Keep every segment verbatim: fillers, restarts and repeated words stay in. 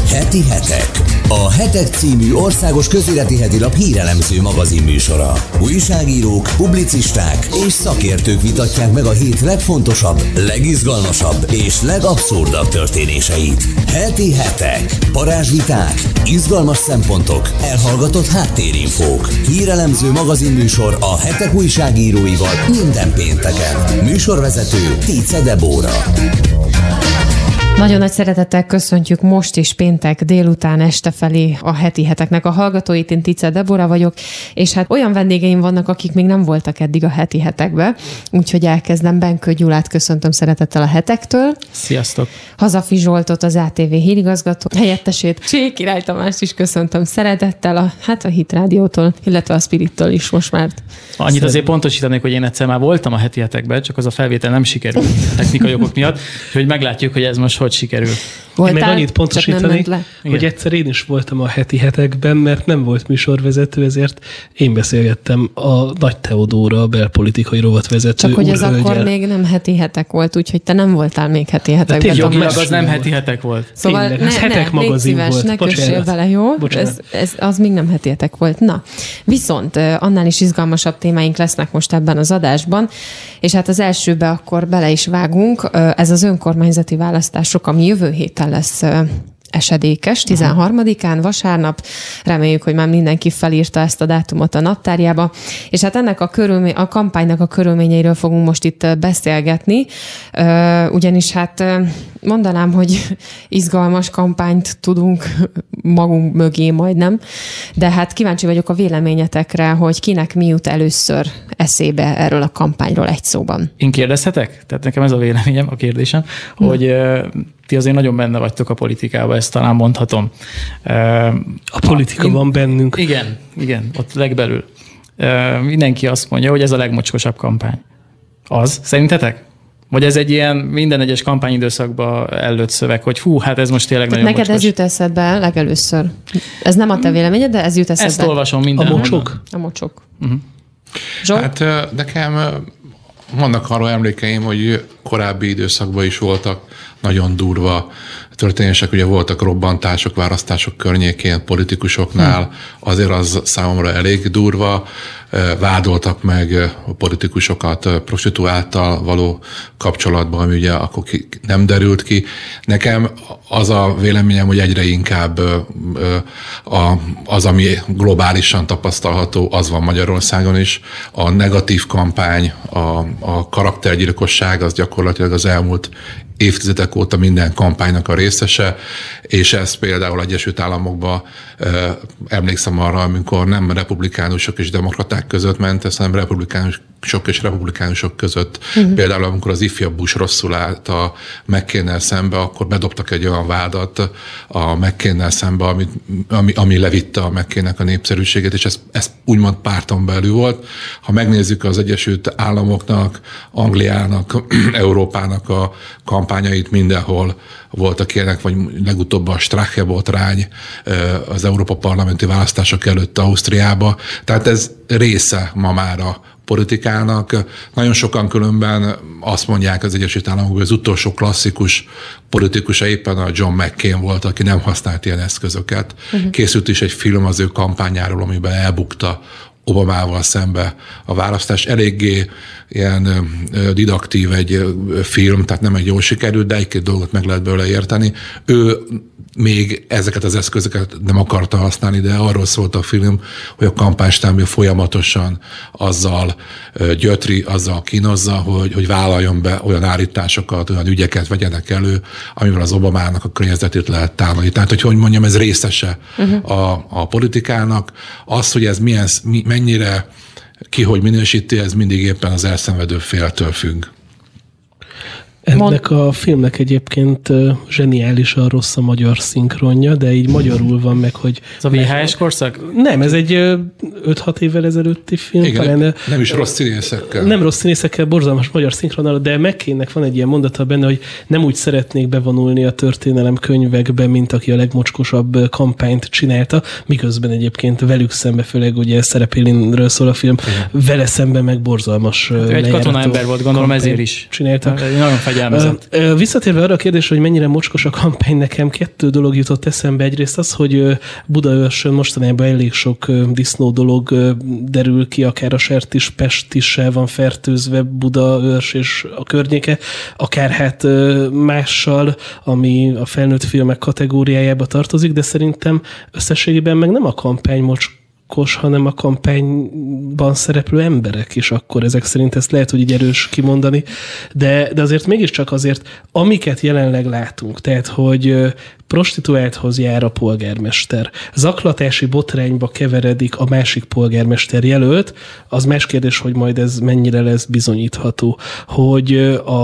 Heti hetek. A Hetek című országos közéleti hedilap hírelemző magazinműsora. Újságírók, publicisták és szakértők vitatják meg a hét legfontosabb, legizgalmasabb és legabszurdabb történéseit. Heti hetek. Parázsviták, izgalmas szempontok, elhallgatott háttérinfók. Hírelemző magazinműsor a Hetek újságíróival minden pénteken. Műsorvezető Tice Debóra. Nagyon nagy szeretettel köszöntjük most is péntek délután este felé a Heti heteknek a hallgatóit. Én Tice Debóra vagyok, és hát olyan vendégeim vannak, akik még nem voltak eddig a Heti hetekbe, úgyhogy elkezdem. Benkő Gyulát köszöntöm szeretettel a Hetektől. Sziasztok! Hazafi Zsoltot, az á té vé hírigazgató helyettesét. Csé Király Tamást is köszöntöm szeretettel, a, hát a Hit Rádiótól, illetve a Spirittől is most már. Annyit Szerint. Azért pontosítanék, hogy én egyszer már voltam a Heti hetekben, csak az a felvétel nem sikerült technikai okok miatt, úgyhogy meglátjuk, hogy ez most hogy sikerül. Voltál, én meg annyit pontosítanék, hogy egyszer én is voltam a Heti hetekben, mert nem volt műsorvezető, ezért én beszélgettem a Nagy Teodóra, a belpolitikai rovatvezető. Csak hogy ez akkor még nem Heti hetek volt, úgyhogy te nem voltál még Heti hetekben. Jogilag az nem Heti hetek volt. Szóval Tényleg, ne, ez hetek ne, magazin szíves, volt. Ne kössél vele, jó? Ez, ez, az még nem Heti hetek volt. Na, viszont annál is izgalmasabb témáink lesznek most ebben az adásban, és hát az elsőbe akkor bele is vágunk. Ez az önkormányzati választások, ami jövő héten lesz esedékes, tizenharmadikán, vasárnap. Reméljük, hogy már mindenki felírta ezt a dátumot a naptárjába. És hát ennek a, körülmény, a kampánynak a körülményeiről fogunk most itt beszélgetni, ugyanis hát mondanám, hogy izgalmas kampányt tudunk magunk mögé majdnem, de hát kíváncsi vagyok a véleményetekre, hogy kinek mi jut először eszébe erről a kampányról egy szóban. Én kérdezhetek? Tehát nekem ez a véleményem, a kérdésem, hmm. hogy ti azért nagyon benne vagytok a politikában, ezt talán mondhatom. A politika Én, van bennünk. Igen, igen, ott legbelül. Mindenki azt mondja, hogy ez a legmocskosabb kampány. Az? Szerintetek? Vagy ez egy ilyen minden egyes kampányidőszakban ellőtt szöveg, hogy hú, hát ez most tényleg Tehát nagyon neked mocskos. Ez jut eszedbe legelőször. Ez nem a te véleményed, de ez jut eszedbe. Ezt olvasom mindenhol. A mocsok? A mocsok. Uh-huh. Zsolt? Hát nekem vannak arról emlékeim, hogy korábbi időszakban is voltak nagyon durva történések, ugye voltak robbantások, választások környékén, politikusoknál, hmm. azért az számomra elég durva, vádoltak meg a politikusokat prostituálttal való kapcsolatban, ami ugye akkor ki, nem derült ki. Nekem az a véleményem, hogy egyre inkább az, ami globálisan tapasztalható, az van Magyarországon is. A negatív kampány, a, a karaktergyilkosság, az gyakorlatilag az elmúlt évtizedek óta minden kampánynak a részese, és ez például Egyesült Államokban eh, emlékszem arra, amikor nem republikánusok és demokraták között ment, hanem republikánusok és republikánusok között. Uh-huh. Például amikor az ifjabb Bush rosszul állt a McCainnel szembe, akkor bedobtak egy olyan vádat a McCainnel szembe, ami, ami, ami levitte a McCainnek a népszerűségét, és ez, ez úgymond párton belül volt. Ha megnézzük az Egyesült Államoknak, Angliának, Európának a kampányait, mindenhol voltak ilyenek, vagy legutóbb a Strache botrány az Európa parlamenti választások előtt Ausztriába. Tehát ez része ma már a politikának. Nagyon sokan különben azt mondják az Egyesült Államokban, hogy az utolsó klasszikus politikusa éppen a John McCain volt, aki nem használt ilyen eszközöket. Uh-huh. Készült is egy film az ő kampányáról, amiben elbukta Obamával szembe a választás. Eléggé ilyen didaktív egy film, tehát nem egy jól sikerült, de egy-két dolgot meg lehet belőle érteni. Ő még ezeket az eszközöket nem akarta használni, de arról szólt a film, hogy a kampánystábja folyamatosan azzal gyötri, azzal kínozza, hogy, hogy vállaljon be olyan állításokat, olyan ügyeket vegyenek elő, amivel az Obamának a környezetét lehet támadni. Tehát, hogy hogy mondjam, ez részese uh-huh. a, a politikának. Az, hogy ez milyen, mennyire ki, hogy minősíti, ez mindig éppen az elszenvedő féltől függ. Ennek a filmnek egyébként zseniálisan rossz a magyar szinkronja, de így magyarul van meg, hogy... Ez a vé há es korszak? Nem, ez egy öt-hat évvel ezelőtti film. Igen, talán, nem is rossz színészekkel. Nem rossz színészekkel, borzalmas magyar szinkronnal, de McCainnek van egy ilyen mondata benne, hogy nem úgy szeretnék bevonulni a történelem könyvekbe, mint aki a legmocskosabb kampányt csinálta, miközben egyébként velük szembe, főleg ugye Szerepélinről szól a film, igen. Vele szembe meg borzalmas hát egy katonaember volt, gondolom ezért is. Csinálta. Nagyon fegyelmezetlen fegyelmezett. Visszatérve arra a kérdésre, hogy mennyire mocskos a kampány, nekem kettő dolog jutott eszembe. Egyrészt az, hogy Budaörsön mostanában elég sok disznó dolog derül ki, akár a sertis pestissel van fertőzve Budaörs és a környéke, akár hát mással, ami a felnőtt filmek kategóriájába tartozik, de szerintem összességében meg nem a kampány mocskos, hanem a kampányban szereplő emberek is akkor ezek szerint, ezt lehet, hogy így erős kimondani, de, de azért mégiscsak azért, amiket jelenleg látunk, tehát, hogy prostituálthoz jár a polgármester, zaklatási botrányba keveredik a másik polgármester jelölt, az más kérdés, hogy majd ez mennyire lesz bizonyítható, hogy a,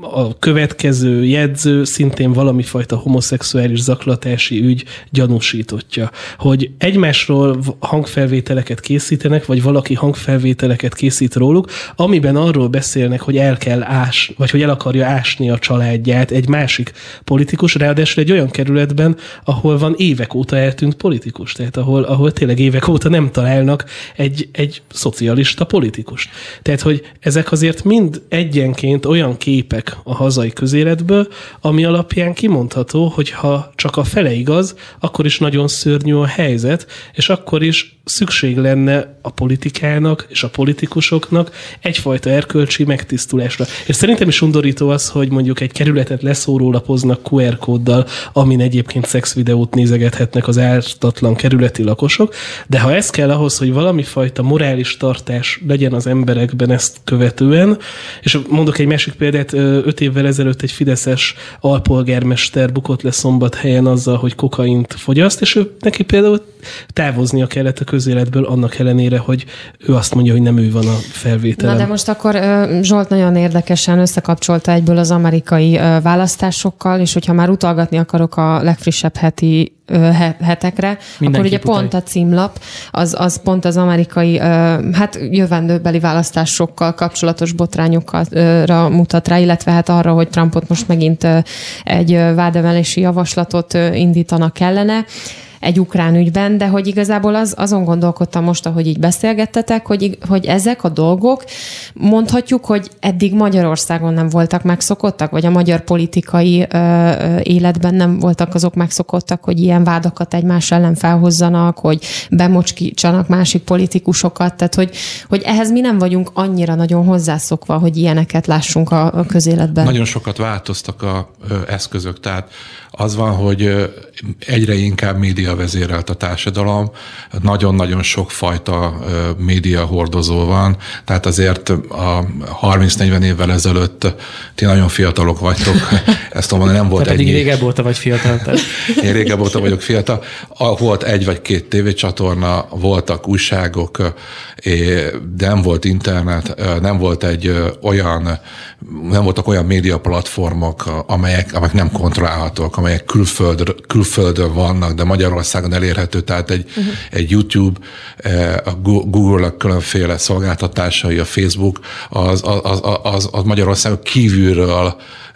a következő jegyző szintén valamifajta homoszexuális zaklatási ügy gyanúsítottja, hogy egymásról hangfelvételeket készítenek, vagy valaki hangfelvételeket készít róluk, amiben arról beszélnek, hogy el kell ás, vagy hogy el akarja ásni a családját egy másik politikus, ráadásul egy olyan kerületben, ahol van évek óta eltűnt politikus, tehát ahol, ahol tényleg évek óta nem találnak egy, egy szocialista politikust. Tehát, hogy ezek azért mind egyenként olyan képek a hazai közéletből, ami alapján kimondható, hogy ha csak a fele igaz, akkor is nagyon szörnyű a helyzet, és akkor is szükség lenne a politikának és a politikusoknak egyfajta erkölcsi megtisztulásra. És szerintem is undorító az, hogy mondjuk egy kerületet leszórólapoznak kú er kóddal, amin egyébként szexvideót nézegethetnek az ártatlan kerületi lakosok, de ha ez kell ahhoz, hogy valami fajta morális tartás legyen az emberekben ezt követően, és mondok egy másik példát, öt évvel ezelőtt egy fideszes alpolgármester bukott le Szombathelyen azzal, hogy kokaint fogyaszt, és ő neki például távoznia kellett a közéletből annak ellenére, hogy ő azt mondja, hogy nem ő van a felvételen. Na de most akkor Zsolt nagyon érdekesen összekapcsolta egyből az amerikai választásokkal, és hogyha már utalgatni akarok a legfrissebb heti hetekre, mindenki akkor ugye putai. Pont a címlap, az, az pont az amerikai, hát jövendőbeli választásokkal kapcsolatos botrányokra mutat rá, illetve hát arra, hogy Trumpot most megint egy vádemelési javaslatot indítanak ellene, egy ukrán ügyben, de hogy igazából az, azon gondolkodtam most, ahogy így beszélgettetek, hogy, hogy ezek a dolgok, mondhatjuk, hogy eddig Magyarországon nem voltak megszokottak, vagy a magyar politikai ö, ö, életben nem voltak azok megszokottak, hogy ilyen vádakat egymás ellen felhozzanak, hogy bemocskítsanak másik politikusokat, tehát hogy, hogy ehhez mi nem vagyunk annyira nagyon hozzászokva, hogy ilyeneket lássunk a, a közéletben. Nagyon sokat változtak a ö, eszközök, tehát az van, hogy egyre inkább média vezérelt a társadalom, nagyon-nagyon sok fajta média hordozó van, tehát azért a harminc-negyven évvel ezelőtt ti nagyon fiatalok vagytok, ezt tudom mondani, nem volt egy... Te pedig régebb óta vagy fiatal. Tehát. Én régebb óta vagyok fiatal. Volt egy vagy két tévécsatorna, voltak újságok, de nem volt internet, nem volt egy olyan, nem voltak olyan média platformok, amelyek, amelyek nem kontrollálhatók, amelyek külföld, külföldön vannak, de Magyarországon elérhető, tehát egy, uh-huh. egy YouTube, a Google-nak különféle szolgáltatásai, a Facebook, az, az, az, az Magyarországon kívülről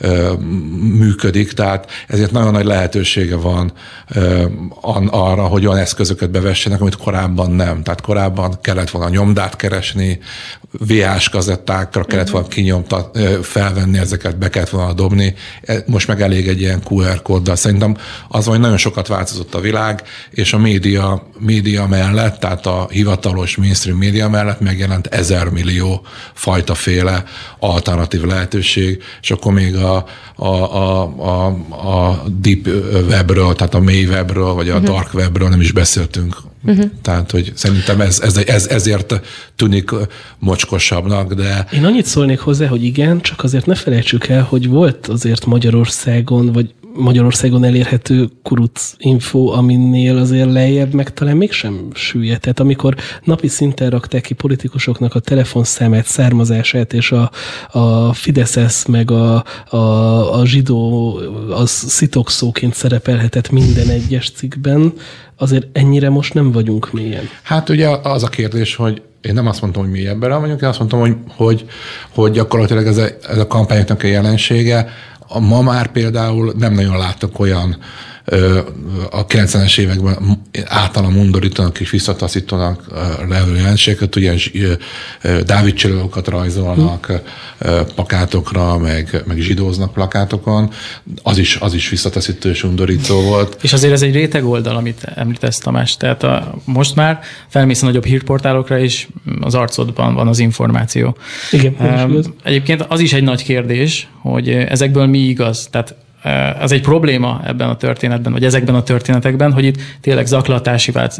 működik, tehát ezért nagyon nagy lehetősége van arra, hogy olyan eszközöket bevessenek, amit korábban nem. Tehát korábban kellett volna nyomdát keresni, vé há es kazettákra kellett volna kinyomta, felvenni ezeket, be kellett volna dobni. Most meg elég egy ilyen kú er kóddal. Szerintem az, hogy nagyon sokat változott a világ, és a média, média mellett, tehát a hivatalos mainstream média mellett megjelent ezermillió fajtaféle alternatív lehetőség, és akkor még a A, a, a, a deep webről, tehát a mély webről, vagy a uh-huh. dark webről nem is beszéltünk. Uh-huh. Tehát, hogy szerintem ez, ez, ez ezért tűnik mocskosabbnak, de... Én annyit szólnék hozzá, hogy igen, csak azért ne felejtsük el, hogy volt azért Magyarországon, vagy Magyarországon elérhető kuruc info, aminél azért lejjebb meg talán mégsem süllyed. Tehát amikor napi szinten rakták ki politikusoknak a telefonszámát, származását, és a, a Fideszes meg a, a, a zsidó az szitokszóként szerepelhetett minden egyes cikkben, azért ennyire most nem vagyunk mélyen. Hát ugye az a kérdés, hogy én nem azt mondtam, hogy mélyebben vagyunk, én azt mondtam, hogy, hogy, hogy gyakorlatilag ez a, ez a kampányoknak a jelensége. Ma már például nem nagyon láttak olyan a kilencvenes években általam undorítanak és visszataszítanak levő jelenségeket, ugye Dávid csillagokat rajzolnak plakátokra, meg, meg zsidóznak plakátokon, az is, az is visszataszító és undorító volt. És azért ez egy réteg oldal, amit említesz, Tamás. Tehát a, most már felmész a nagyobb hírportálokra, és az arcodban van az információ. Igen, um, egyébként az is egy nagy kérdés, hogy ezekből mi igaz. Tehát ez egy probléma ebben a történetben, vagy ezekben a történetekben, hogy itt tényleg zaklatási, vagy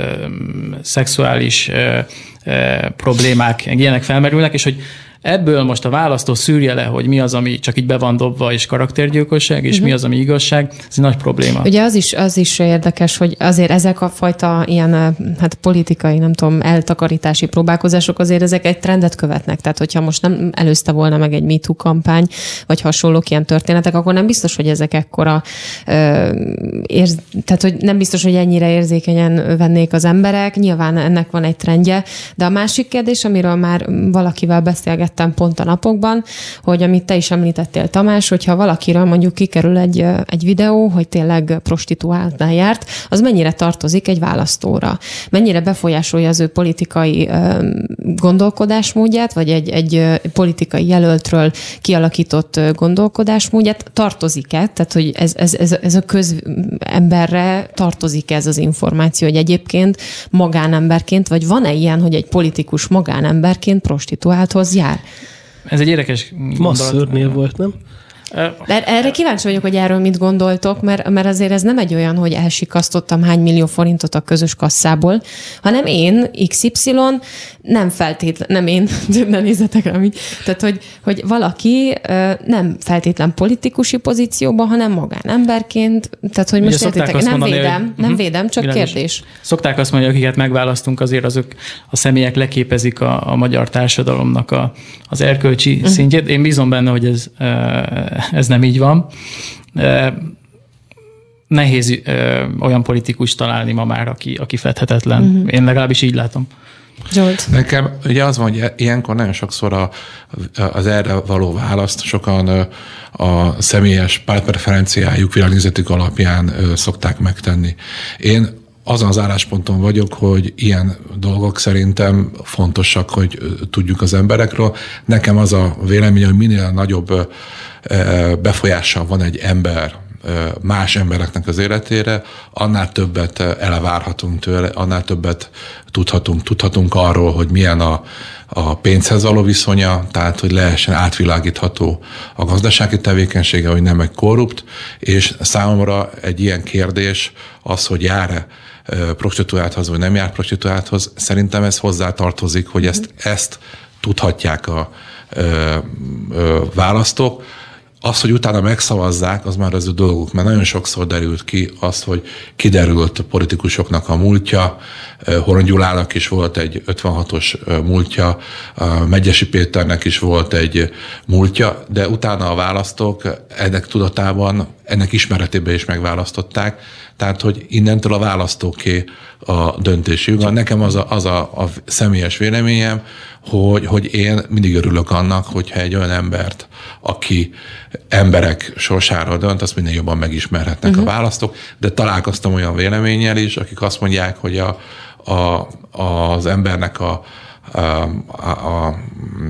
szexuális problémák, ilyenek felmerülnek, és hogy ebből most a választó szűrje le, hogy mi az, ami csak így be van dobva, és karaktergyilkosság, és uh-huh. mi az, ami igazság, ez egy nagy probléma. Ugye az is, az is érdekes, hogy azért ezek a fajta ilyen hát politikai, nem tudom, eltakarítási próbálkozások azért ezek egy trendet követnek. Tehát, hogyha most nem előzte volna meg egy MeToo kampány, vagy hasonlók ilyen történetek, akkor nem biztos, hogy ezek ekkora ö, érz, tehát, hogy nem biztos, hogy ennyire érzékenyen vennék az emberek. Nyilván ennek van egy trendje, de a másik kérdés, amiről már valakivel beszélgettem pont a napokban, hogy amit te is említettél, Tamás, hogyha valakiről mondjuk kikerül egy, egy videó, hogy tényleg prostituáltnál járt, az mennyire tartozik egy választóra? Mennyire befolyásolja az ő politikai gondolkodásmódját, vagy egy, egy politikai jelöltről kialakított gondolkodásmódját? Tartozik-e? Tehát, hogy ez, ez, ez, ez a közemberre tartozik ez az információ, hogy egyébként magánemberként, vagy van-e ilyen, hogy egy politikus magánemberként prostituálthoz jár? Ez egy érdekes gondolat. Masszörnél volt, nem? De erre kíváncsi vagyok, hogy erről mit gondoltok, mert, mert azért ez nem egy olyan, hogy elsikasztottam hány millió forintot a közös kasszából, hanem én, iksz ipszilon, nem feltétlen, nem én, ne nézzetek rá, tehát, hogy, hogy valaki nem feltétlen politikusi pozícióban, hanem magánemberként, tehát, hogy most értitek, nem mondani, védem, hogy, nem uh-huh, védem, csak világos. Kérdés. Szokták azt mondani, akiket megválasztunk, azért azok a személyek leképezik a, a magyar társadalomnak a, az erkölcsi uh-huh. szintjét. Én bízom benne, hogy ez ez nem így van. Nehéz olyan politikus találni ma már, aki, aki fedhetetlen. Uh-huh. Én legalábbis így látom. Zsolt. Nekem ugye az van, hogy ilyenkor nagyon sokszor a, az erre való választ sokan a személyes pártpreferenciájuk, világnézetük alapján szokták megtenni. Én azon az állásponton vagyok, hogy ilyen dolgok szerintem fontosak, hogy tudjuk az emberekről. Nekem az a vélemény, hogy minél nagyobb befolyással van egy ember más embereknek az életére, annál többet elvárhatunk tőle, annál többet tudhatunk, tudhatunk arról, hogy milyen a, a pénzhez való viszonya, tehát hogy lehessen átvilágítható a gazdasági tevékenysége, hogy nem egy korrupt, és számomra egy ilyen kérdés az, hogy jár-e prostituálthoz, vagy nem jár prostituálthoz, szerintem ez hozzátartozik, hogy ezt, ezt tudhatják a ö, ö, választók. Az, hogy utána megszavazzák, az már az a dolguk, mert nagyon sokszor derült ki az, hogy kiderült a politikusoknak a múltja. Horn Gyulának is volt egy ötvenhatos múltja, Megyesi Péternek is volt egy múltja, de utána a választók ennek tudatában, ennek ismeretében is megválasztották, tehát, hogy innentől a választóké a döntésük. Nekem az a, az a, a személyes véleményem, hogy, hogy én mindig örülök annak, hogyha egy olyan embert, aki emberek sorsáról dönt, azt minél jobban megismerhetnek uh-huh. a választók, de találkoztam olyan véleménnyel is, akik azt mondják, hogy a, a, az embernek a A, a, a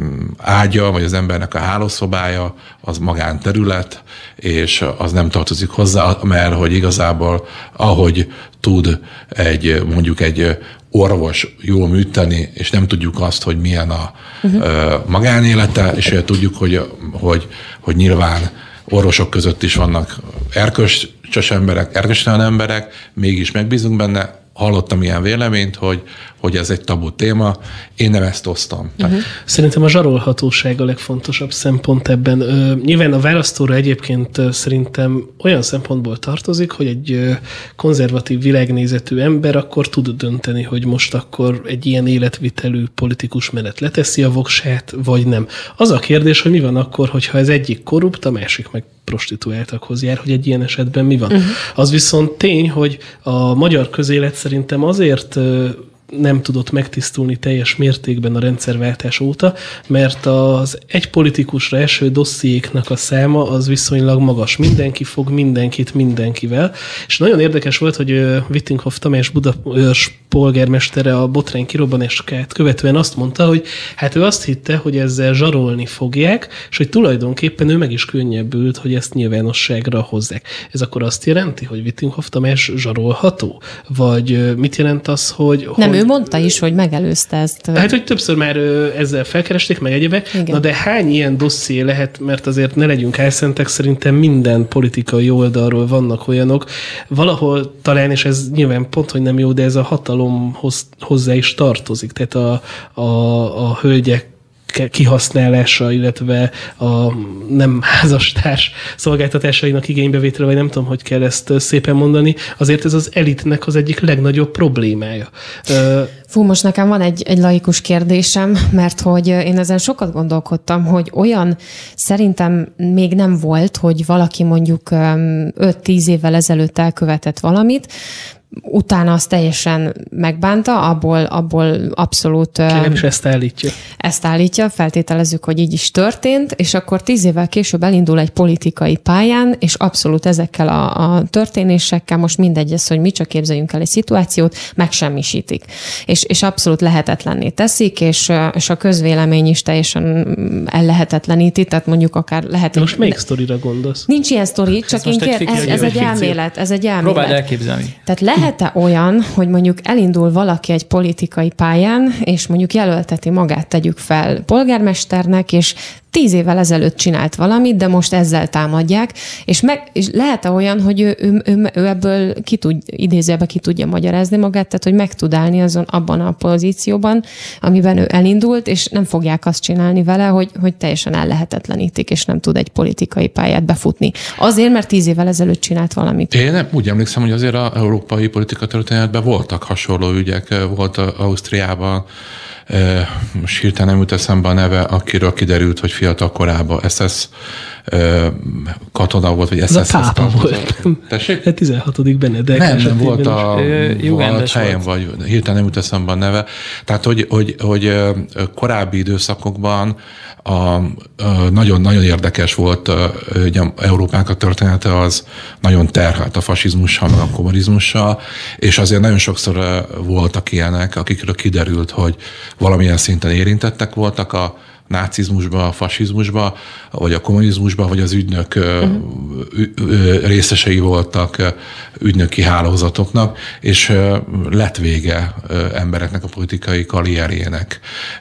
ágya, vagy az embernek a hálószobája, az magánterület, és az nem tartozik hozzá, mert hogy igazából ahogy tud egy, mondjuk egy orvos jól műteni, és nem tudjuk azt, hogy milyen a uh-huh. magánélete, és tudjuk, hogy, hogy, hogy nyilván orvosok között is vannak erkölcsös emberek, erkölcstelen emberek, mégis megbízunk benne. Hallottam ilyen véleményt, hogy, hogy ez egy tabu téma. Én nem ezt osztom. Uh-huh. Szerintem a zsarolhatóság a legfontosabb szempont ebben. Ö, nyilván a választóra egyébként ö, szerintem olyan szempontból tartozik, hogy egy ö, konzervatív világnézetű ember akkor tud dönteni, hogy most akkor egy ilyen életvitelű politikus mellett leteszi a voksát, vagy nem. Az a kérdés, hogy mi van akkor, hogyha ez egyik korrupt, a másik meg prostituáltakhoz jár, hogy egy ilyen esetben mi van. Uh-huh. Az viszont tény, hogy a magyar közélet szerintem azért nem tudott megtisztulni teljes mértékben a rendszerváltás óta, mert az egy politikusra eső dossziéknak a száma az viszonylag magas. Mindenki fog mindenkit mindenkivel. És nagyon érdekes volt, hogy Vittinghoff Tamás Budapest polgármestere a botrány kirobbanását követően azt mondta, hogy hát ő azt hitte, hogy ezzel zsarolni fogják, és hogy tulajdonképpen ő meg is könnyebbült, hogy ezt nyilvánosságra hozzák. Ez akkor azt jelenti, hogy Vittinghoff Tamás zsarolható? Vagy mit jelent az, hogy... Nem, hogy... ő mondta is, hogy megelőzte ezt. Hát, hogy többször már ezzel felkeresték, meg egyebek. Igen. Na de hány ilyen dosszié lehet, mert azért ne legyünk álszentek, szerintem minden politikai oldalról vannak olyanok. Valahol talán, és ez nyilván pont, hogy nem jó, de ez a hatalomhoz hozzá is tartozik. Tehát a, a, a hölgyek kihasználása, illetve a nem házastárs szolgáltatásainak igénybevétele, vagy nem tudom, hogy kell ezt szépen mondani, azért ez az elitnek az egyik legnagyobb problémája. Fú, most nekem van egy, egy laikus kérdésem, mert hogy én ezen sokat gondolkodtam, hogy olyan szerintem még nem volt, hogy valaki mondjuk öt-tíz évvel ezelőtt elkövetett valamit, utána azt teljesen megbánta, abból, abból abszolút... Legalábbis ezt állítja. Ezt állítja, feltételezzük, hogy így is történt, és akkor tíz évvel később elindul egy politikai pályán, és abszolút ezekkel a, a történésekkel, most mindegy ez, hogy mi csak képzeljünk el egy szituációt, megsemmisítik. És, és abszolút lehetetlenné teszik, és, és a közvélemény is teljesen ellehetetleníti, tehát mondjuk akár lehet... Most melyik sztorira gondolsz? Nincs ilyen sztori, csak én kér, ez, ez egy elmélet, ez egy elmélet. Próbáld elképzelni. Tehát lehet-e olyan, hogy mondjuk elindul valaki egy politikai pályán, és mondjuk jelölteti magát, tegyük fel polgármesternek, és tíz évvel ezelőtt csinált valamit, de most ezzel támadják, és, meg, és lehet-e olyan, hogy ő, ő, ő, ő ebből ki tud, idézőjelben ki tudja magyarázni magát, tehát hogy meg tud állni azon abban a pozícióban, amiben ő elindult, és nem fogják azt csinálni vele, hogy, hogy teljesen ellehetetlenítik, és nem tud egy politikai pályát befutni. Azért, mert tíz évvel ezelőtt csinált valamit. Én nem, úgy emlékszem, hogy azért az európai politika történetben voltak hasonló ügyek, volt Ausztriában, most hirtelen nem jut eszembe a neve, akiről kiderült, hogy fiatal korában es es katona volt, vagy es es pápa volt. Tessék? A tizenhatodik Benedek. Nem, nem volt a volt helyen, vagy hirtelen nem jut eszembe a neve. Tehát, hogy, hogy, hogy korábbi időszakokban a, nagyon-nagyon érdekes volt, hogy Európának a története az nagyon terhelt a fasizmussal, meg a kommunizmussal, és azért nagyon sokszor voltak ilyenek, akikről kiderült, hogy valamilyen szinten érintettek voltak a nácizmusba, a fasizmusba, vagy a kommunizmusba, vagy az ügynök uh-huh. részesei voltak ügynöki hálózatoknak, és lett vége embereknek a politikai karrierjének.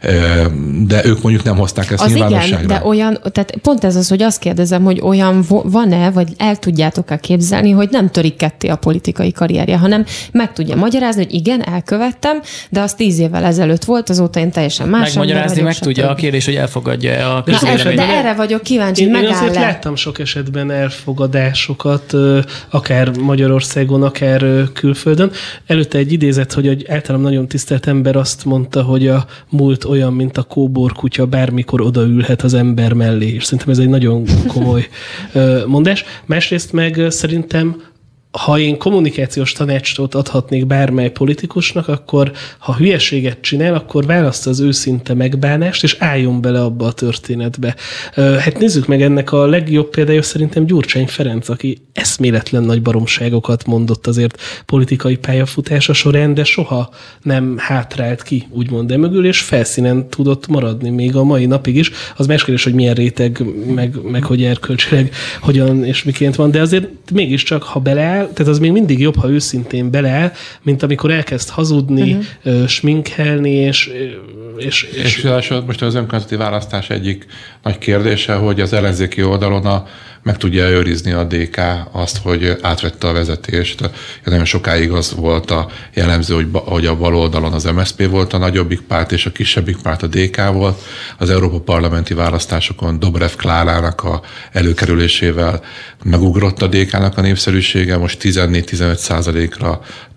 De ők mondjuk nem hozták ezt az nyilvánosságra. Igen, de olyan, tehát pont ez az, hogy azt kérdezem, hogy olyan van-e, vagy el tudjátok-e képzelni, hogy nem törik ketté a politikai karrierje, hanem meg tudja magyarázni, hogy igen, elkövettem, de az tíz évvel ezelőtt volt, azóta én teljesen más ember Megmagyarázni meg tudja, a kérdés, hogy elfogadja a közvéleményt. De erre vagyok kíváncsi, hogy megáll-e. Én azért láttam sok esetben elfogadásokat, akár Magyarországon, akár külföldön. Előtte egy idézet, hogy egy általam nagyon tisztelt ember azt mondta, hogy a múlt olyan, mint a kóborkutya, bármikor odaülhet az ember mellé. És szerintem ez egy nagyon komoly mondás. Másrészt meg szerintem ha én kommunikációs tanácsot adhatnék bármely politikusnak, akkor ha hülyeséget csinál, akkor választa az őszinte megbánást, és álljon bele abba a történetbe. Hát nézzük meg, ennek a legjobb példája szerintem Gyurcsány Ferenc, aki eszméletlen nagy baromságokat mondott azért politikai pályafutása során, de soha nem hátrált ki, úgymond emögül, és felszínen tudott maradni még a mai napig is. Az más kérdés, hogy milyen réteg, meg, meg hogy erkölcsileg hogyan és miként van, de azért mégiscsak, ha beleáll, tehát az még mindig jobb, ha őszintén beleáll, mint amikor elkezd hazudni, uh-huh. sminkelni, és... És, és, és, és most az önkormányzati választás egyik nagy kérdése, hogy az ellenzéki oldalon a, meg tudja őrizni a dé ká azt, hogy átvette a vezetést. Nagyon sokáig az volt a jellemző, hogy, hogy a bal oldalon az em es zé pé volt a nagyobbik párt, és a kisebbik párt a dé ká volt. Az Európa parlamenti választásokon Dobrev Klárának a előkerülésével megugrott a dé kának a népszerűsége, most tizennégy-tizenöt százalékra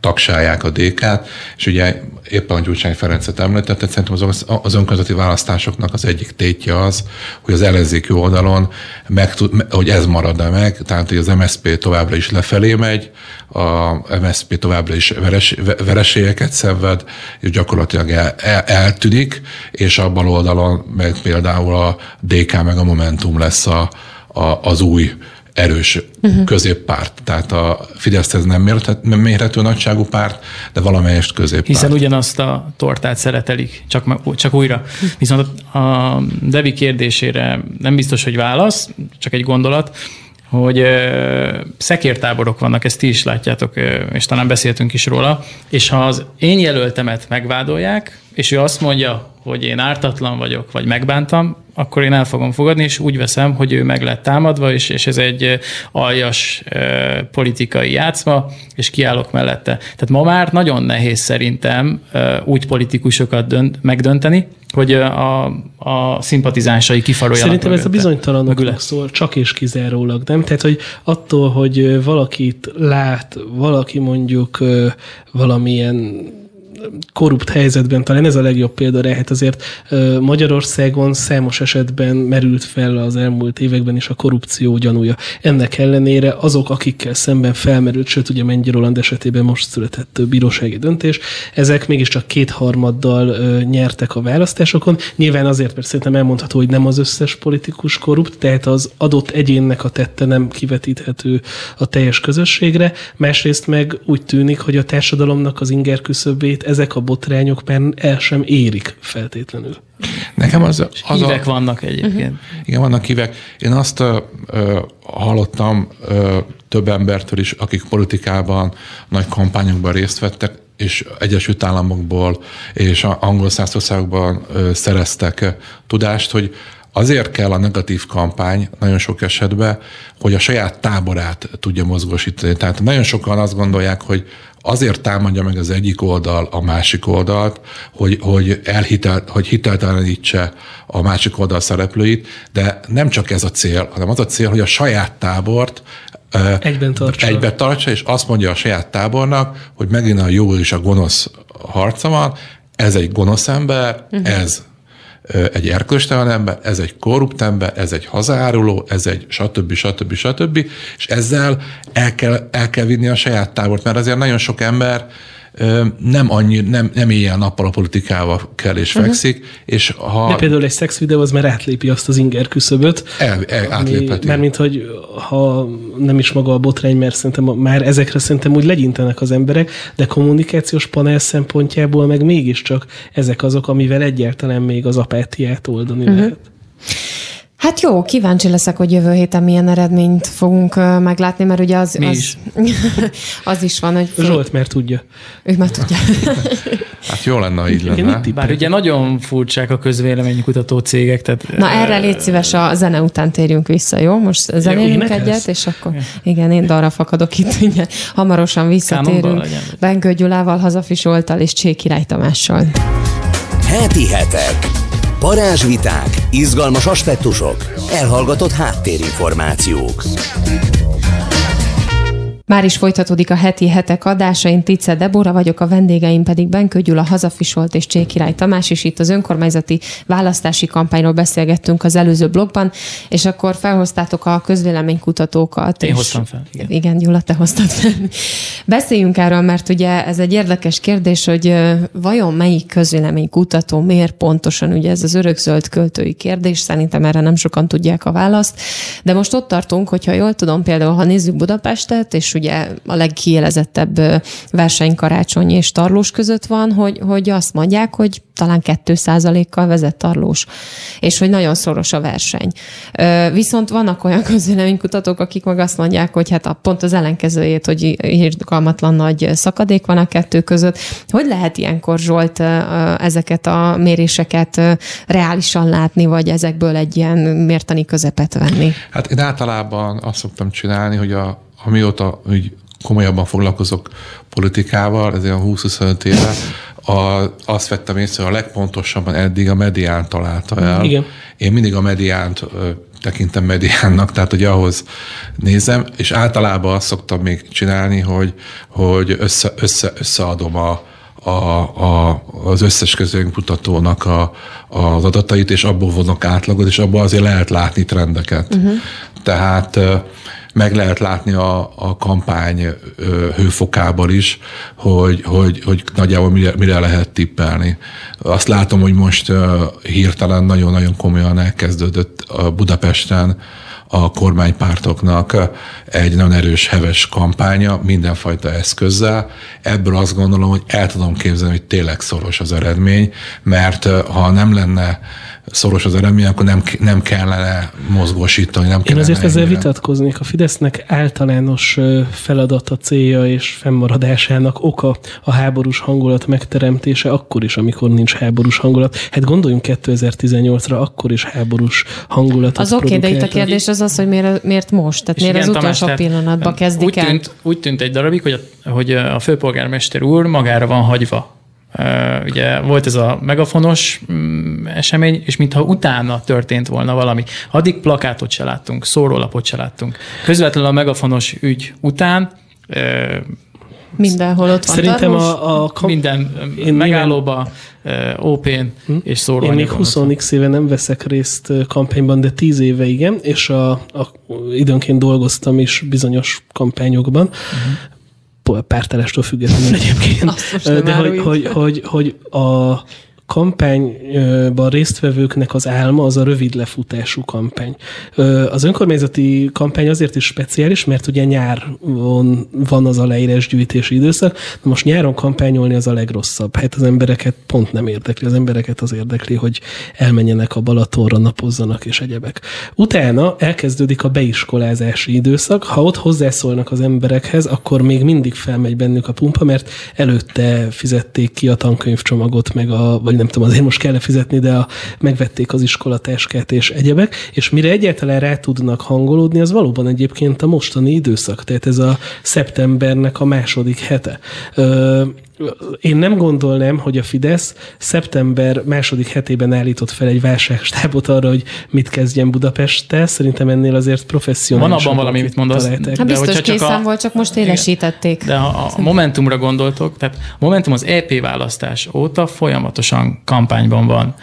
tagsálják a dé ká-t, és ugye éppen a Gyurcsány Ferencet említette, szerintem az, az önkormányzati választásoknak az egyik tétje az, hogy az ellenzéki oldalon, meg, hogy ez marad-e meg, tehát hogy az em es zé pé továbbra is lefelé megy, a em es zé pé továbbra is veres, vereségeket szenved, és gyakorlatilag el, el, eltűnik, és a bal oldalon meg például a dé ká meg a Momentum lesz a, a, az új erős uh-huh. középpárt. Tehát a Fideszhez nem mérhető, nem mérhető nagyságú párt, de valamelyest középpárt. Hiszen ugyanazt a tortát szeretelik, csak, csak újra. Viszont a Devi kérdésére nem biztos, hogy válasz, csak egy gondolat, hogy ö, szekértáborok vannak, ezt ti is látjátok, ö, és talán beszéltünk is róla, és ha az én jelöltemet megvádolják, és ő azt mondja, hogy én ártatlan vagyok, vagy megbántam, akkor én el fogom fogadni, és úgy veszem, hogy ő meg lett támadva, és, és ez egy aljas ö, politikai játszma, és kiállok mellette. Tehát ma már nagyon nehéz szerintem ö, úgy politikusokat dönt, megdönteni, hogy a, a szimpatizánsai kifaroljanak. Szerintem mögötte. ez a bizonytalanoknak szól, csak és kizárólag, nem? Tehát, hogy attól, hogy valakit lát, valaki mondjuk valamilyen korrupt helyzetben, talán ez a legjobb példa lehet, azért Magyarországon számos esetben merült fel az elmúlt években is a korrupció gyanúja. Ennek ellenére azok, akikkel szemben felmerült, sőt ugye Mennyi Roland esetében most született bírósági döntés, ezek mégiscsak kétharmaddal nyertek a választásokon. Nyilván azért, mert szerintem elmondható, hogy nem az összes politikus korrupt, tehát az adott egyénnek a tette nem kivetíthető a teljes közösségre. Másrészt meg úgy tűnik, hogy a társadalomnak az inger küszöbét ezek a botrányok már el sem érik feltétlenül. Nekem az, az hívek a... vannak egyébként. Uh-huh. Igen, vannak hívek. Én azt uh, hallottam uh, több embertől is, akik politikában, nagy kampányokban részt vettek, és Egyesült Államokból és angol száz országokban uh, szereztek uh, tudást, hogy azért kell a negatív kampány nagyon sok esetben, hogy a saját táborát tudja mozgósítani. Tehát nagyon sokan azt gondolják, hogy azért támadja meg az egyik oldal a másik oldalt, hogy, hogy, elhitel, hogy hiteltelenítse a másik oldal szereplőit, de nem csak ez a cél, hanem az a cél, hogy a saját tábort egyben tartsa. egyben tartsa, és azt mondja a saját tábornak, hogy megint a jó és a gonosz harca van, ez egy gonosz ember, uh-huh. ez egy erkölcstelen ember, ez egy korrupt ember, ez egy hazaáruló, ez egy stb. stb. stb. És ezzel el kell, el kell vinni a saját tábort, mert azért nagyon sok ember nem annyi, nem, nem éjjel-nappal a politikával kell és fekszik, uh-huh. és ha... De például egy szexvideó az már átlépi azt az inger küszöböt. El, el, átlépheti. Mármint, hogy ha nem is maga a botrány, mert szerintem már ezekre szerintem úgy legyintenek az emberek, de kommunikációs panel szempontjából meg mégiscsak ezek azok, amivel egyáltalán még az apátiát oldani uh-huh. lehet. Hát jó, kíváncsi leszek, hogy jövő héten milyen eredményt fogunk uh, meglátni, mert ugye az, az, is. az is van, hogy... Zsolt már tudja. Ő már tudja. Hát jó lenne, ha így lenne. Bár ugye nagyon furcsák a közvéleménykutató cégek. Tehát, Na erre légy szíves, a zene után térjünk vissza, jó? Most zenélünk egyet, és akkor igen, én dalra fakadok itt, ugye. Hamarosan visszatérünk Benkő Gyulával, Hazafi Zsolttal és Csé Király Tamással. Heti hetek. Parázsviták, izgalmas aspektusok, elhallgatott háttérinformációk. Már is folytatódik a heti hetek adása, én Tice Debora vagyok, a vendégeim pedig Benkő Gyula, Hazafi Zsolt és Csé Király Tamás, és itt az önkormányzati választási kampányról beszélgettünk az előző blogban, és akkor felhoztátok a közvéleménykutatókat. Én és hoztam fel. Igen. igen, Gyula, te hoztad fel. Beszéljünk erről, mert ugye ez egy érdekes kérdés, hogy vajon melyik közvéleménykutató miért pontosan, ugye ez az örökzöld költői kérdés, szerintem erre nem sokan tudják a választ, de most ott tartunk, hogyha jól tudom, például ha nézzük Budapestet, és ugye a legkiélezettebb verseny Karácsony és Tarlós között van, hogy, hogy azt mondják, hogy talán két százalékkal vezet Tarlós, és hogy nagyon szoros a verseny. Viszont vannak olyan közvéleménykutatók, akik meg azt mondják, hogy hát a, pont az ellenkezőjét, hogy irgalmatlan nagy szakadék van a kettő között. Hogy lehet ilyenkor, Zsolt, ezeket a méréseket reálisan látni, vagy ezekből egy ilyen mértani közepet venni? Hát én általában azt szoktam csinálni, hogy a amióta úgy komolyabban foglalkozok politikával, ez olyan húsz-huszonöt éve, a, azt vettem észre, hogy a legpontosabban eddig a medián találta el. Igen. Én mindig a mediánt ö, tekintem mediánnak, tehát hogy ahhoz nézem, és általában azt szoktam még csinálni, hogy, hogy össze, össze, összeadom a, a, a, az összes közönkutatónak a, az adatait, és abból vonok átlagot, és abból azért lehet látni trendeket. Uh-huh. Tehát meg lehet látni a, a kampány hőfokában is, hogy, hogy, hogy nagyjából mire, mire lehet tippelni. Azt látom, hogy most hirtelen nagyon-nagyon komolyan elkezdődött a Budapesten a kormánypártoknak egy nagyon erős, heves kampánya, mindenfajta eszközzel. Ebből azt gondolom, hogy el tudom képzelni, hogy tényleg szoros az eredmény, mert ha nem lenne szoros az eredmény, akkor nem, nem kellene mozgósítani. Nem Én azért ezzel vitatkoznék. A Fidesznek általános feladata, célja és fennmaradásának oka a háborús hangulat megteremtése akkor is, amikor nincs háborús hangulat. Hát gondoljunk kétezer-tizennyolcra, akkor is háborús hangulatot az oké, de itt a kérdés az az, hogy miért, miért most? Tehát miért igen, az utolsó Tamás, pillanatban kezdik úgy el? Tűnt, úgy tűnt egy darabig, hogy a, hogy a főpolgármester úr magára van hagyva. Uh, ugye volt ez a megafonos um, esemény, és mintha utána történt volna valami. Addig plakátot se láttunk, szórólapot se láttunk. Közvetlenül a megafonos ügy után uh, mindenhol ott van. Szerintem a, a kam- minden megállóba, uh, Open hm? és szórólapon. Én még húsz x éve nem veszek részt kampányban, de tíz éve igen, és a, a, időnként dolgoztam is bizonyos kampányokban. Uh-huh. Pártállástól függetlenül egyébként. De hogy, hogy, hogy, hogy a kampányban résztvevőknek az álma az a rövid lefutású kampány. Az önkormányzati kampány azért is speciális, mert ugye nyáron van az aláírásgyűjtési időszak, de most nyáron kampányolni az a legrosszabb. Hát az embereket pont nem érdekli, az embereket az érdekli, hogy elmenjenek a Balatonra, napozzanak és egyebek. Utána elkezdődik a beiskolázási időszak, ha ott hozzászólnak az emberekhez, akkor még mindig felmegy bennük a pumpa, mert előtte fizették ki a tankönyvcsomagot, meg a, vagy nem tudom, azért most kell fizetni, de a, megvették az iskolatáskát és egyebek, és mire egyáltalán rá tudnak hangolódni, az valóban egyébként a mostani időszak, tehát ez a szeptembernek a második hete. Ö, Én nem gondolnám, hogy a Fidesz szeptember második hetében állított fel egy válságstábot arra, hogy mit kezdjen Budapesttel. Szerintem ennél azért professzionálisan. Van abban valami, mit mondasz. Hát biztos készen a... volt, csak most élesítették. De a, a Momentumra gondoltok, tehát a Momentum az é pé választás óta folyamatosan kampányban van.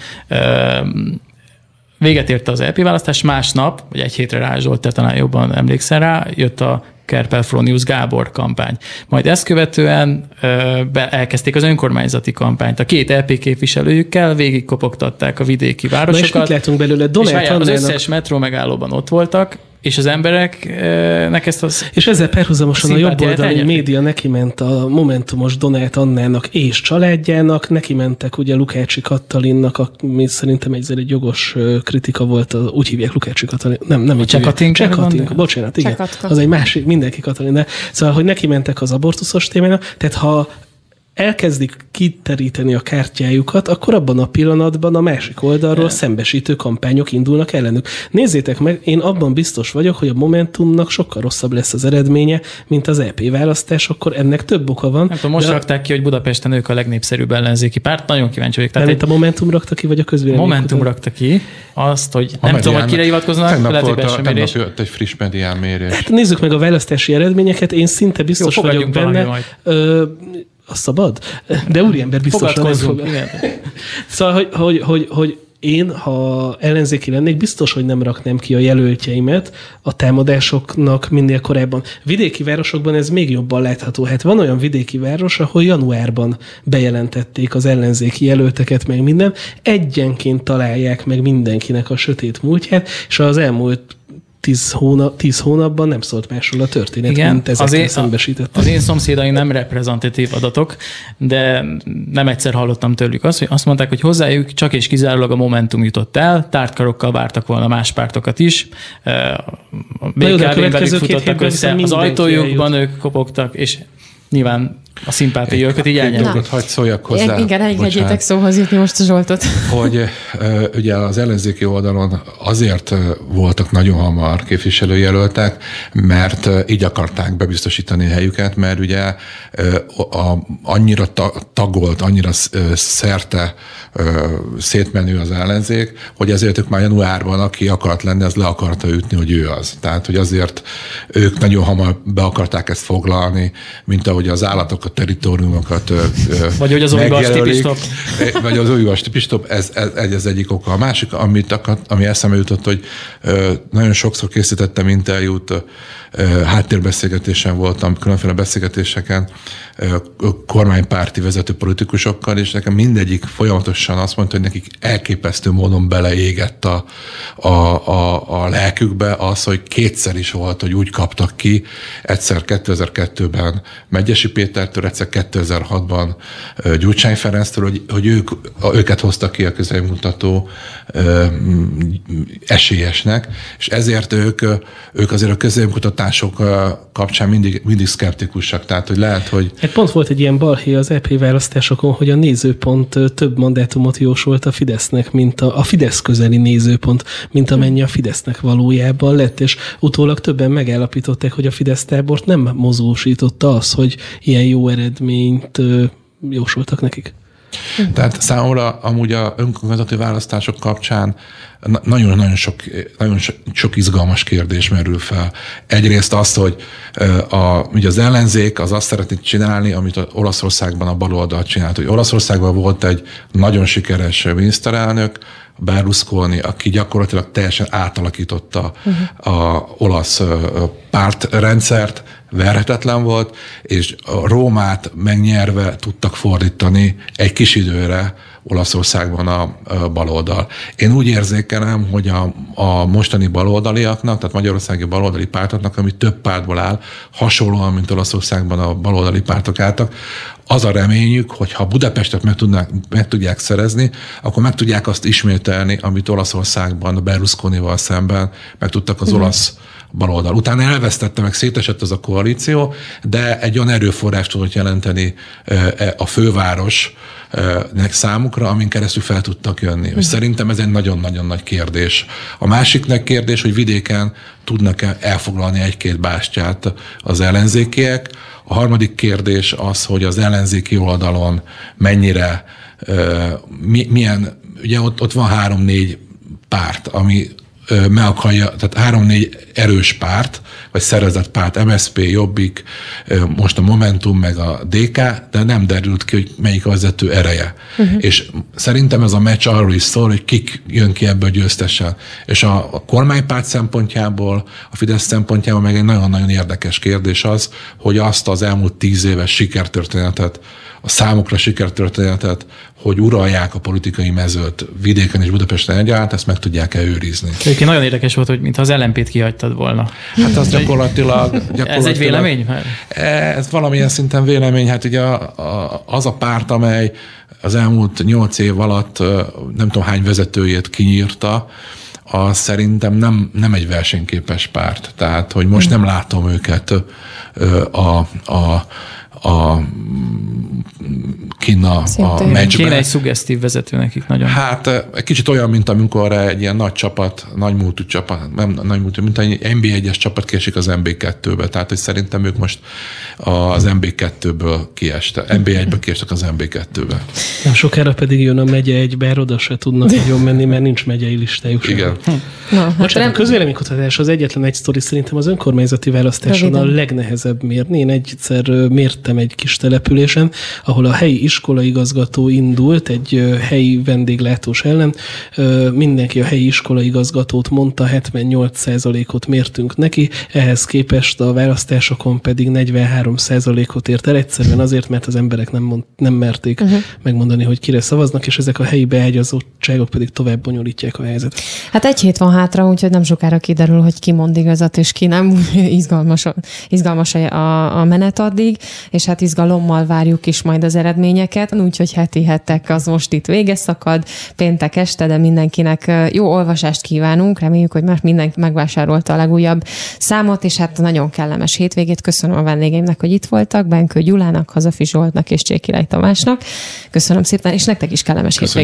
Véget érte az é pé választás, másnap, vagy egy hétre Rácz Zsolt, te talán jobban emlékszel rá, jött a Kerpel Fronius Gábor kampány. Majd ezt követően ö, be, elkezdték az önkormányzati kampányt. A két é pé képviselőjükkel végigkopogtatták a vidéki városokat. Na és mit látunk belőle? Donát és várjál, az összes metró megállóban ott voltak, és az embereknek ezt az... És ezzel párhuzamosan a jobboldali média neki ment a momentumos Donát Annának és családjának, neki mentek ugye Lukácsi Kattalinnak, ami szerintem egy, egy jogos kritika volt, úgy hívják Lukácsi Katalin, nem, nem így Csekatinka. Csekatinka, bocsánat, igen. Csekatka. Az egy másik, mindenki Katalin, de szóval, hogy neki mentek az abortuszos témának, tehát ha elkezdik kiteríteni a kártyájukat, akkor abban a pillanatban a másik oldalról de. szembesítő kampányok indulnak ellenük. Nézzétek meg, én abban biztos vagyok, hogy a Momentumnak sokkal rosszabb lesz az eredménye, mint az é pé választás, akkor ennek több oka van. Nem tudom, most de... rakták ki, hogy Budapesten ők a legnépszerűbb ellenzéki párt. Nagyon kíváncsi vagyok. Tehát egy... a Momentum rakta ki, vagy a közvélemény? Momentum kutat? rakta ki azt, hogy a nem medián, tudom, hogy kire hivatkoznak. Tegnap volt a, tegnap jött egy friss medián mérés. Hát nézzük meg a választási eredményeket, én szinte biztos Jó, vagyok benne. A szabad? De úriember biztosan nem fog. Szóval, hogy, hogy, hogy, hogy én, ha ellenzéki lennék, biztos, hogy nem raknám ki a jelöltjeimet a támadásoknak minél korábban. Vidéki városokban ez még jobban látható. Hát van olyan vidéki város, ahol januárban bejelentették az ellenzéki jelölteket, meg minden. Egyenként találják meg mindenkinek a sötét múltját, és az elmúlt Tíz, hónap, tíz hónapban nem szólt másról a történet, igen, mint ezekkel szembesítettek. Az én szomszédaim nem reprezentatív adatok, de nem egyszer hallottam tőlük azt, hogy azt mondták, hogy hozzájuk csak és kizárólag a Momentum jutott el, tártkarokkal vártak volna más pártokat is. A bé ká vén belül futottak össze, az ajtójukban ők kopogtak, és nyilván A szimpátiaköt így elnyomjuk. Dolgot hagy szóljak hozzá. Igen, engedjétek szóhoz jutni most a Zsoltot. Hogy ugye az ellenzéki oldalon azért voltak nagyon hamar képviselőjelöltek, mert így akarták bebiztosítani a helyüket, mert ugye a, annyira tagolt, annyira szerte szétmenő az ellenzék, hogy ezért ők már januárban, aki akart lenni, az le akarta ütni, hogy ő az. Tehát, hogy azért ők nagyon hamar be akarták ezt foglalni, mint ahogy az állatok a teritoriumokat vagy hogy az olivas tipistop. Vagy az olivas tipistop, ez, ez, ez egyik oka. A másik, amit akar, ami eszembe jutott, hogy nagyon sokszor készítettem interjút, háttérbeszélgetésen voltam, különféle beszélgetéseken kormánypárti vezető politikusokkal, és nekem mindegyik folyamatosan azt mondta, hogy nekik elképesztő módon beleégett a, a, a, a lelkükbe az, hogy kétszer is volt, hogy úgy kaptak ki, egyszer kétezer-kettőben Medgyessy Pétertől, egyszer kétezer-hatban Gyurcsány Ferenctől, hogy, hogy ők, őket hoztak ki a közélmutató esélyesnek, és ezért ők, ők azért a közélmutatások kapcsán mindig, mindig szkeptikusak. Tehát, hogy lehet, hogy... Egy pont volt egy ilyen balhé az é pé választásokon, hogy a nézőpont több mandátumot jósolt a Fidesznek, mint a, a Fidesz közeli nézőpont, mint amennyi a Fidesznek valójában lett, és utólag többen megállapították, hogy a Fidesz tábort nem mozgósította az, hogy ilyen jó eredményt jósoltak nekik. Tehát számomra amúgy a önkormányzati választások kapcsán nagyon-nagyon sok, nagyon sok izgalmas kérdés merül fel. Egyrészt azt, hogy a, ugye az ellenzék az azt szeretné csinálni, amit az Olaszországban a baloldal csinált. Hogy Olaszországban volt egy nagyon sikeres miniszterelnök, Berlusconi, aki gyakorlatilag teljesen átalakította uh-huh. a olasz pártrendszert, verhetetlen volt, és a Rómát megnyerve tudtak fordítani egy kis időre Olaszországban a baloldal. Én úgy érzékelem, hogy a, a mostani baloldaliaknak, tehát magyarországi baloldali pártoknak, ami több pártból áll, hasonlóan, mint Olaszországban a baloldali pártok álltak, az a reményük, hogy ha Budapestet meg, tudnák, meg tudják szerezni, akkor meg tudják azt ismételni, amit Olaszországban a Berlusconival szemben meg tudtak az olasz baloldal. Utána elvesztette, meg szétesett az a koalíció, de egy olyan erőforrást tudott jelenteni a főváros számukra, amin keresztül fel tudtak jönni. Uh-huh. És szerintem ez egy nagyon-nagyon nagy kérdés. A másiknek kérdés, hogy vidéken tudnak-e elfoglalni egy-két bástyát az ellenzékiek. A harmadik kérdés az, hogy az ellenzéki oldalon mennyire, milyen, ugye ott, ott van három-négy párt, ami meg akarja, tehát három-négy erős párt, vagy szervezett párt, em es zé pé, Jobbik, most a Momentum, meg a dé ká, de nem derült ki, hogy melyik a vezető ereje. Uh-huh. És szerintem ez a meccs arról is szól, hogy kik jön ki ebből győztesen. És a, a kormánypárt szempontjából, a Fidesz szempontjából meg egy nagyon-nagyon érdekes kérdés az, hogy azt az elmúlt tíz éves sikertörténetet, a számukra sikertörténetet, hogy uralják a politikai mezőt vidéken és Budapesten egyaránt, ezt meg tudják-e őrizni. Egyébként nagyon érdekes volt, hogy mintha az el em pét kihagytad volna. Hát az gyakorlatilag... gyakorlatilag ez egy vélemény? Ez valamilyen szinten vélemény. Hát ugye az a párt, amely az elmúlt nyolc év alatt nem tudom hány vezetőjét kinyírta, az szerintem nem, nem egy versenyképes párt. Tehát, hogy most nem látom őket a, a a Kína a meccsben. Kéne egy szuggesztív vezető nekik nagyon. Hát egy kicsit olyan, mint amikor egy ilyen nagy csapat, nagy múltú csapat, nem nagy múltú, mint egy en bé egyes csapat kiesik az en bé kettőbe. Tehát, hogy szerintem ők most az en bé kettőből kiestek. en bé egyből kiestek az en bé kettőbe. Nem sokára pedig jön a megye egy, bár oda se tudnak nagyon menni, mert nincs megyei listájuk. Igen. Na, hát bocsánat, rem... a közvéleménykutatás az egyetlen egy sztori szerintem az önkormányzati választáson a legnehezebb mérni. Én egyszer mértem egy kis településen, ahol a helyi iskolaigazgató indult egy helyi vendéglátós ellen. Mindenki a helyi iskolaigazgatót mondta, hetvennyolc százalékot mértünk neki, ehhez képest a választásokon pedig negyvenhárom százalékot ért el, egyszerűen azért, mert az emberek nem, mond, nem merték uh-huh. megmondani, hogy kire szavaznak, és ezek a helyi beágyazottságok pedig tovább bonyolítják a helyzetet. Hát egy hét van hátra, úgyhogy nem sokára kiderül, hogy ki mond igazat, és ki nem. Izgalmas, izgalmas a, a menet addig. és hát izgalommal várjuk is majd az eredményeket, úgyhogy heti hetek az most itt vége szakad, péntek este, de mindenkinek jó olvasást kívánunk, reméljük, hogy már mindenki megvásárolta a legújabb számot, és hát nagyon kellemes hétvégét. Köszönöm a vendégeimnek, hogy itt voltak, Benkő Gyulának, Hazafi Zsoltnak és Csékirály Tamásnak. Köszönöm szépen, és nektek is kellemes hétvégét.